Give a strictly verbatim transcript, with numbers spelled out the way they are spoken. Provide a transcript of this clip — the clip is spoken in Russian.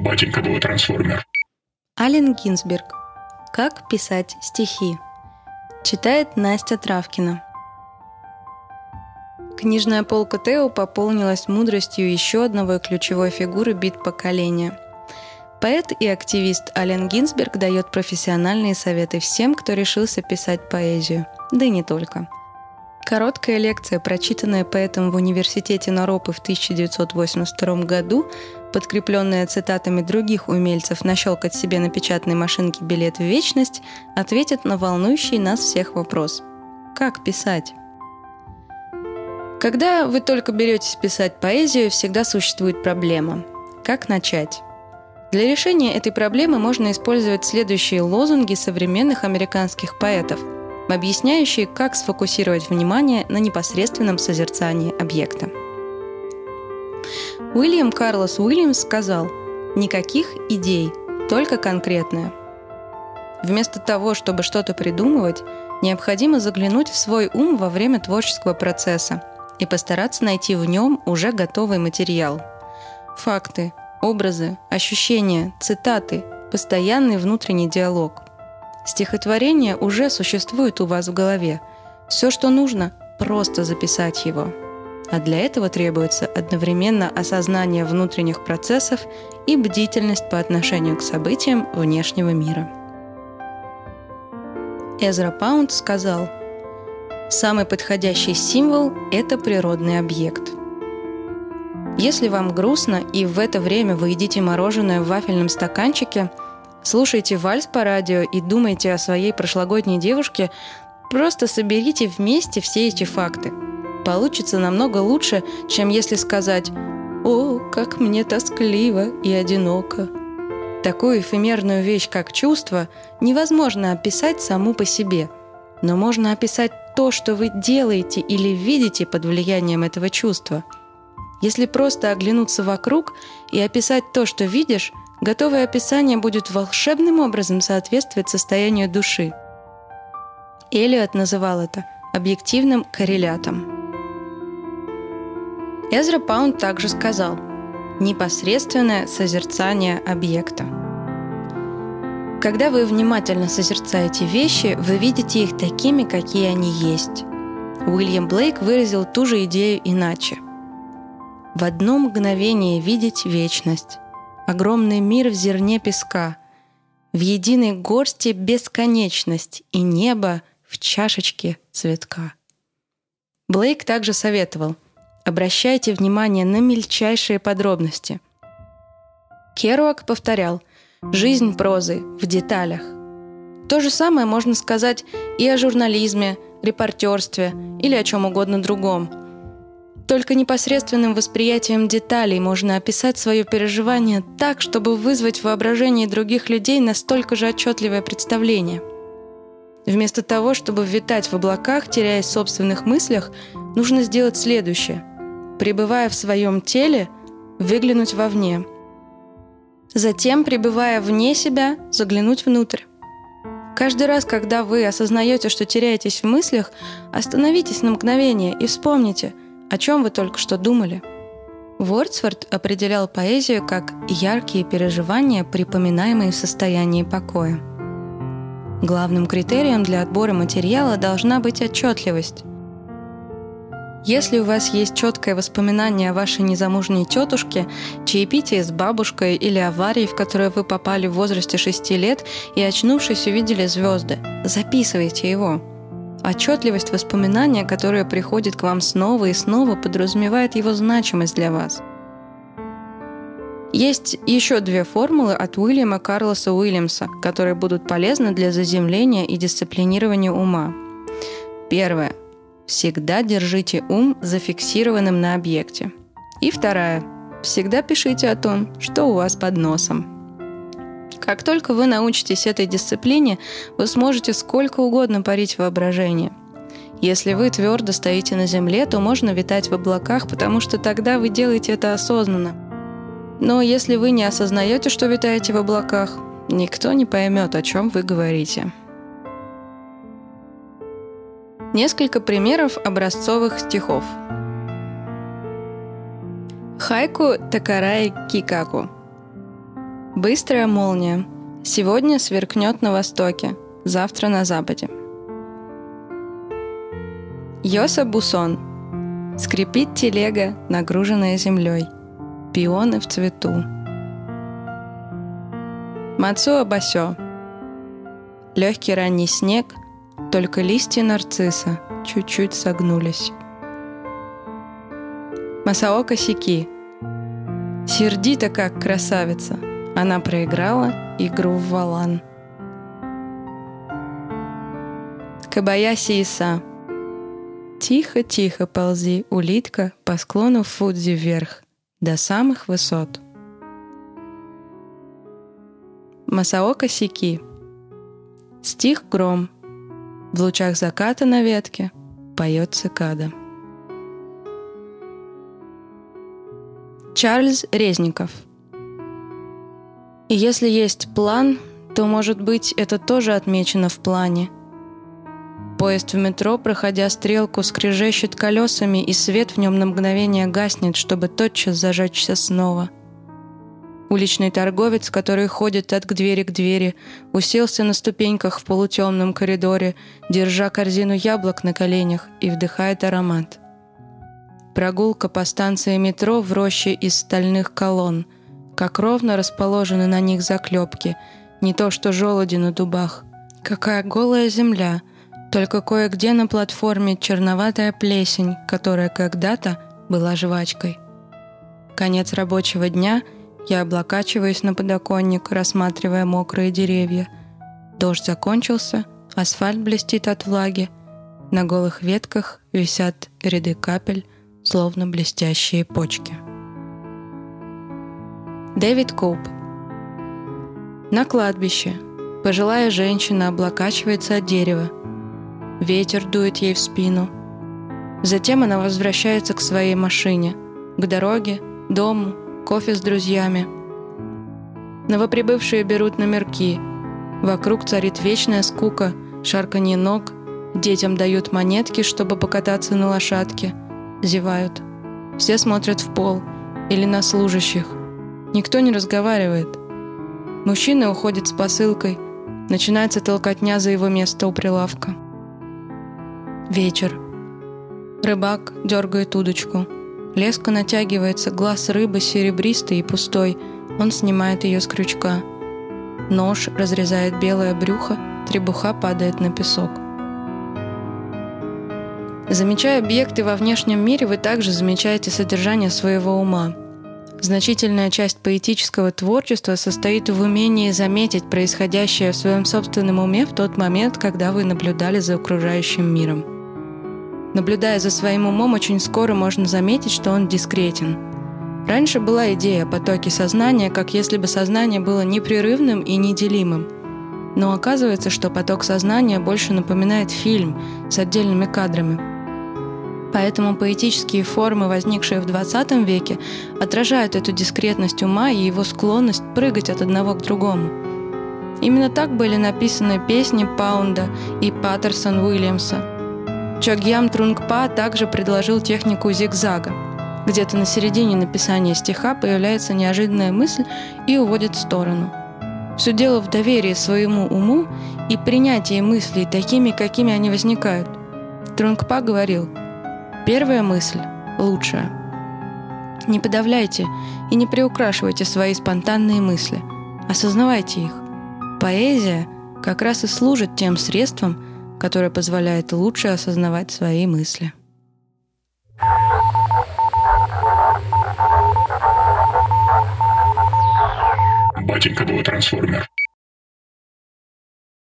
батенька был трансформер. Аллен Гинзберг. Как писать стихи. Читает Настя Травкина. Книжная полка Тео пополнилась мудростью еще одной ключевой фигуры бит-поколения. Поэт и активист Аллен Гинзберг дает профессиональные советы всем, кто решился писать поэзию, да и не только. Короткая лекция, прочитанная поэтом в университете Наропы в тысяча девятьсот восемьдесят втором году, подкрепленная цитатами других умельцев нащелкать себе на печатной машинке билет в вечность, ответит на волнующий нас всех вопрос: как писать? Когда вы только беретесь писать поэзию, всегда существует проблема. Как начать? Для решения этой проблемы можно использовать следующие лозунги современных американских поэтов, объясняющие, как сфокусировать внимание на непосредственном созерцании объекта. Уильям Карлос Уильямс сказал: «Никаких идей, только конкретное». Вместо того, чтобы что-то придумывать, необходимо заглянуть в свой ум во время творческого процесса и постараться найти в нем уже готовый материал. Факты, образы, ощущения, цитаты, постоянный внутренний диалог. Стихотворение уже существует у вас в голове. Все, что нужно, просто записать его. А для этого требуется одновременно осознание внутренних процессов и бдительность по отношению к событиям внешнего мира. Эзра Паунд сказал: «Самый подходящий символ – это природный объект». Если вам грустно и в это время вы едите мороженое в вафельном стаканчике, слушайте вальс по радио и думайте о своей прошлогодней девушке, просто соберите вместе все эти факты. Получится намного лучше, чем если сказать: «О, как мне тоскливо и одиноко». Такую эфемерную вещь, как чувство, невозможно описать саму по себе, но можно описать то, что вы делаете или видите под влиянием этого чувства. Если просто оглянуться вокруг и описать то, что видишь, готовое описание будет волшебным образом соответствовать состоянию души. Элиот называл это объективным коррелятом. Эзра Паунд также сказал: «Непосредственное созерцание объекта». Когда вы внимательно созерцаете вещи, вы видите их такими, какие они есть. Уильям Блейк выразил ту же идею иначе. «В одно мгновение видеть вечность, огромный мир в зерне песка, в единой горсти бесконечность и небо в чашечке цветка». Блейк также советовал: обращайте внимание на мельчайшие подробности. Керуак повторял: «Жизнь прозы в деталях». То же самое можно сказать и о журнализме, репортерстве или о чем угодно другом. Только непосредственным восприятием деталей можно описать свое переживание так, чтобы вызвать в воображении других людей настолько же отчетливое представление. Вместо того, чтобы витать в облаках, теряясь в собственных мыслях, нужно сделать следующее: пребывая в своем теле, выглянуть вовне. Затем, пребывая вне себя, заглянуть внутрь. Каждый раз, когда вы осознаете, что теряетесь в мыслях, остановитесь на мгновение и вспомните, о чем вы только что думали. Вордсворт определял поэзию как яркие переживания, припоминаемые в состоянии покоя. Главным критерием для отбора материала должна быть отчетливость. Если у вас есть четкое воспоминание о вашей незамужней тетушке, чаепитии с бабушкой или аварии, в которую вы попали в возрасте шести лет и, очнувшись, увидели звезды, записывайте его. Отчетливость воспоминания, которое приходит к вам снова и снова, подразумевает его значимость для вас. Есть еще две формулы от Уильяма Карлоса Уильямса, которые будут полезны для заземления и дисциплинирования ума. Первое. Всегда держите ум зафиксированным на объекте. И вторая. Всегда пишите о том, что у вас под носом. Как только вы научитесь этой дисциплине, вы сможете сколько угодно парить воображение. Если вы твердо стоите на земле, то можно витать в облаках, потому что тогда вы делаете это осознанно. Но если вы не осознаете, что витаете в облаках, никто не поймет, о чем вы говорите. Несколько примеров образцовых стихов. Хайку Такараи Кикаку. Быстрая молния. Сегодня сверкнет на востоке, завтра на западе. Йоса Бусон. Скрипит телега, нагруженная землей. Пионы в цвету. Мацуо Басё. Легкий ранний снег, только листья нарцисса чуть-чуть согнулись. Масаока Сики. Сердита, как красавица, она проиграла игру в валан. Кобаяси Иса. Тихо-тихо ползи, улитка, по склону Фудзи вверх, до самых высот. Масаока Сики. Стих гром. В лучах заката на ветке поет цикада. Чарльз Резников. И если есть план, то, может быть, это тоже отмечено в плане. Поезд в метро, проходя стрелку, скрежещет колесами, и свет в нем на мгновение гаснет, чтобы тотчас зажечься снова. Уличный торговец, который ходит от двери к двери, уселся на ступеньках в полутемном коридоре, держа корзину яблок на коленях, и вдыхает аромат. Прогулка по станции метро в роще из стальных колонн, как ровно расположены на них заклепки, не то что желуди на дубах. Какая голая земля, только кое-где на платформе черноватая плесень, которая когда-то была жвачкой. Конец рабочего дня — я облокачиваюсь на подоконник, рассматривая мокрые деревья. Дождь закончился, асфальт блестит от влаги. На голых ветках висят ряды капель, словно блестящие почки. Дэвид Коуп. На кладбище. Пожилая женщина облокачивается от дерева. Ветер дует ей в спину. Затем она возвращается к своей машине, к дороге, дому, кофе с друзьями. Новоприбывшие берут номерки. Вокруг царит вечная скука, шарканье ног. Детям дают монетки, чтобы покататься на лошадке. Зевают. Все смотрят в пол или на служащих. Никто не разговаривает. Мужчина уходит с посылкой. Начинается толкотня за его место у прилавка. Вечер. Рыбак дергает удочку. Леска натягивается, глаз рыбы серебристый и пустой. Он снимает ее с крючка. Нож разрезает белое брюхо, требуха падает на песок. Замечая объекты во внешнем мире, вы также замечаете содержание своего ума. Значительная часть поэтического творчества состоит в умении заметить происходящее в своем собственном уме в тот момент, когда вы наблюдали за окружающим миром. Наблюдая за своим умом, очень скоро можно заметить, что он дискретен. Раньше была идея о потоке сознания, как если бы сознание было непрерывным и неделимым. Но оказывается, что поток сознания больше напоминает фильм с отдельными кадрами. Поэтому поэтические формы, возникшие в двадцатом веке, отражают эту дискретность ума и его склонность прыгать от одного к другому. Именно так были написаны песни Паунда и Паттерсон-Уильямса. Чогьям Трунгпа также предложил технику зигзага. Где-то на середине написания стиха появляется неожиданная мысль и уводит в сторону. Все дело в доверии своему уму и принятии мыслей такими, какими они возникают. Трунгпа говорил: «Первая мысль лучшая». Не подавляйте и не приукрашивайте свои спонтанные мысли. Осознавайте их. Поэзия как раз и служит тем средством, которое позволяет лучше осознавать свои мысли. Батенька был трансформер.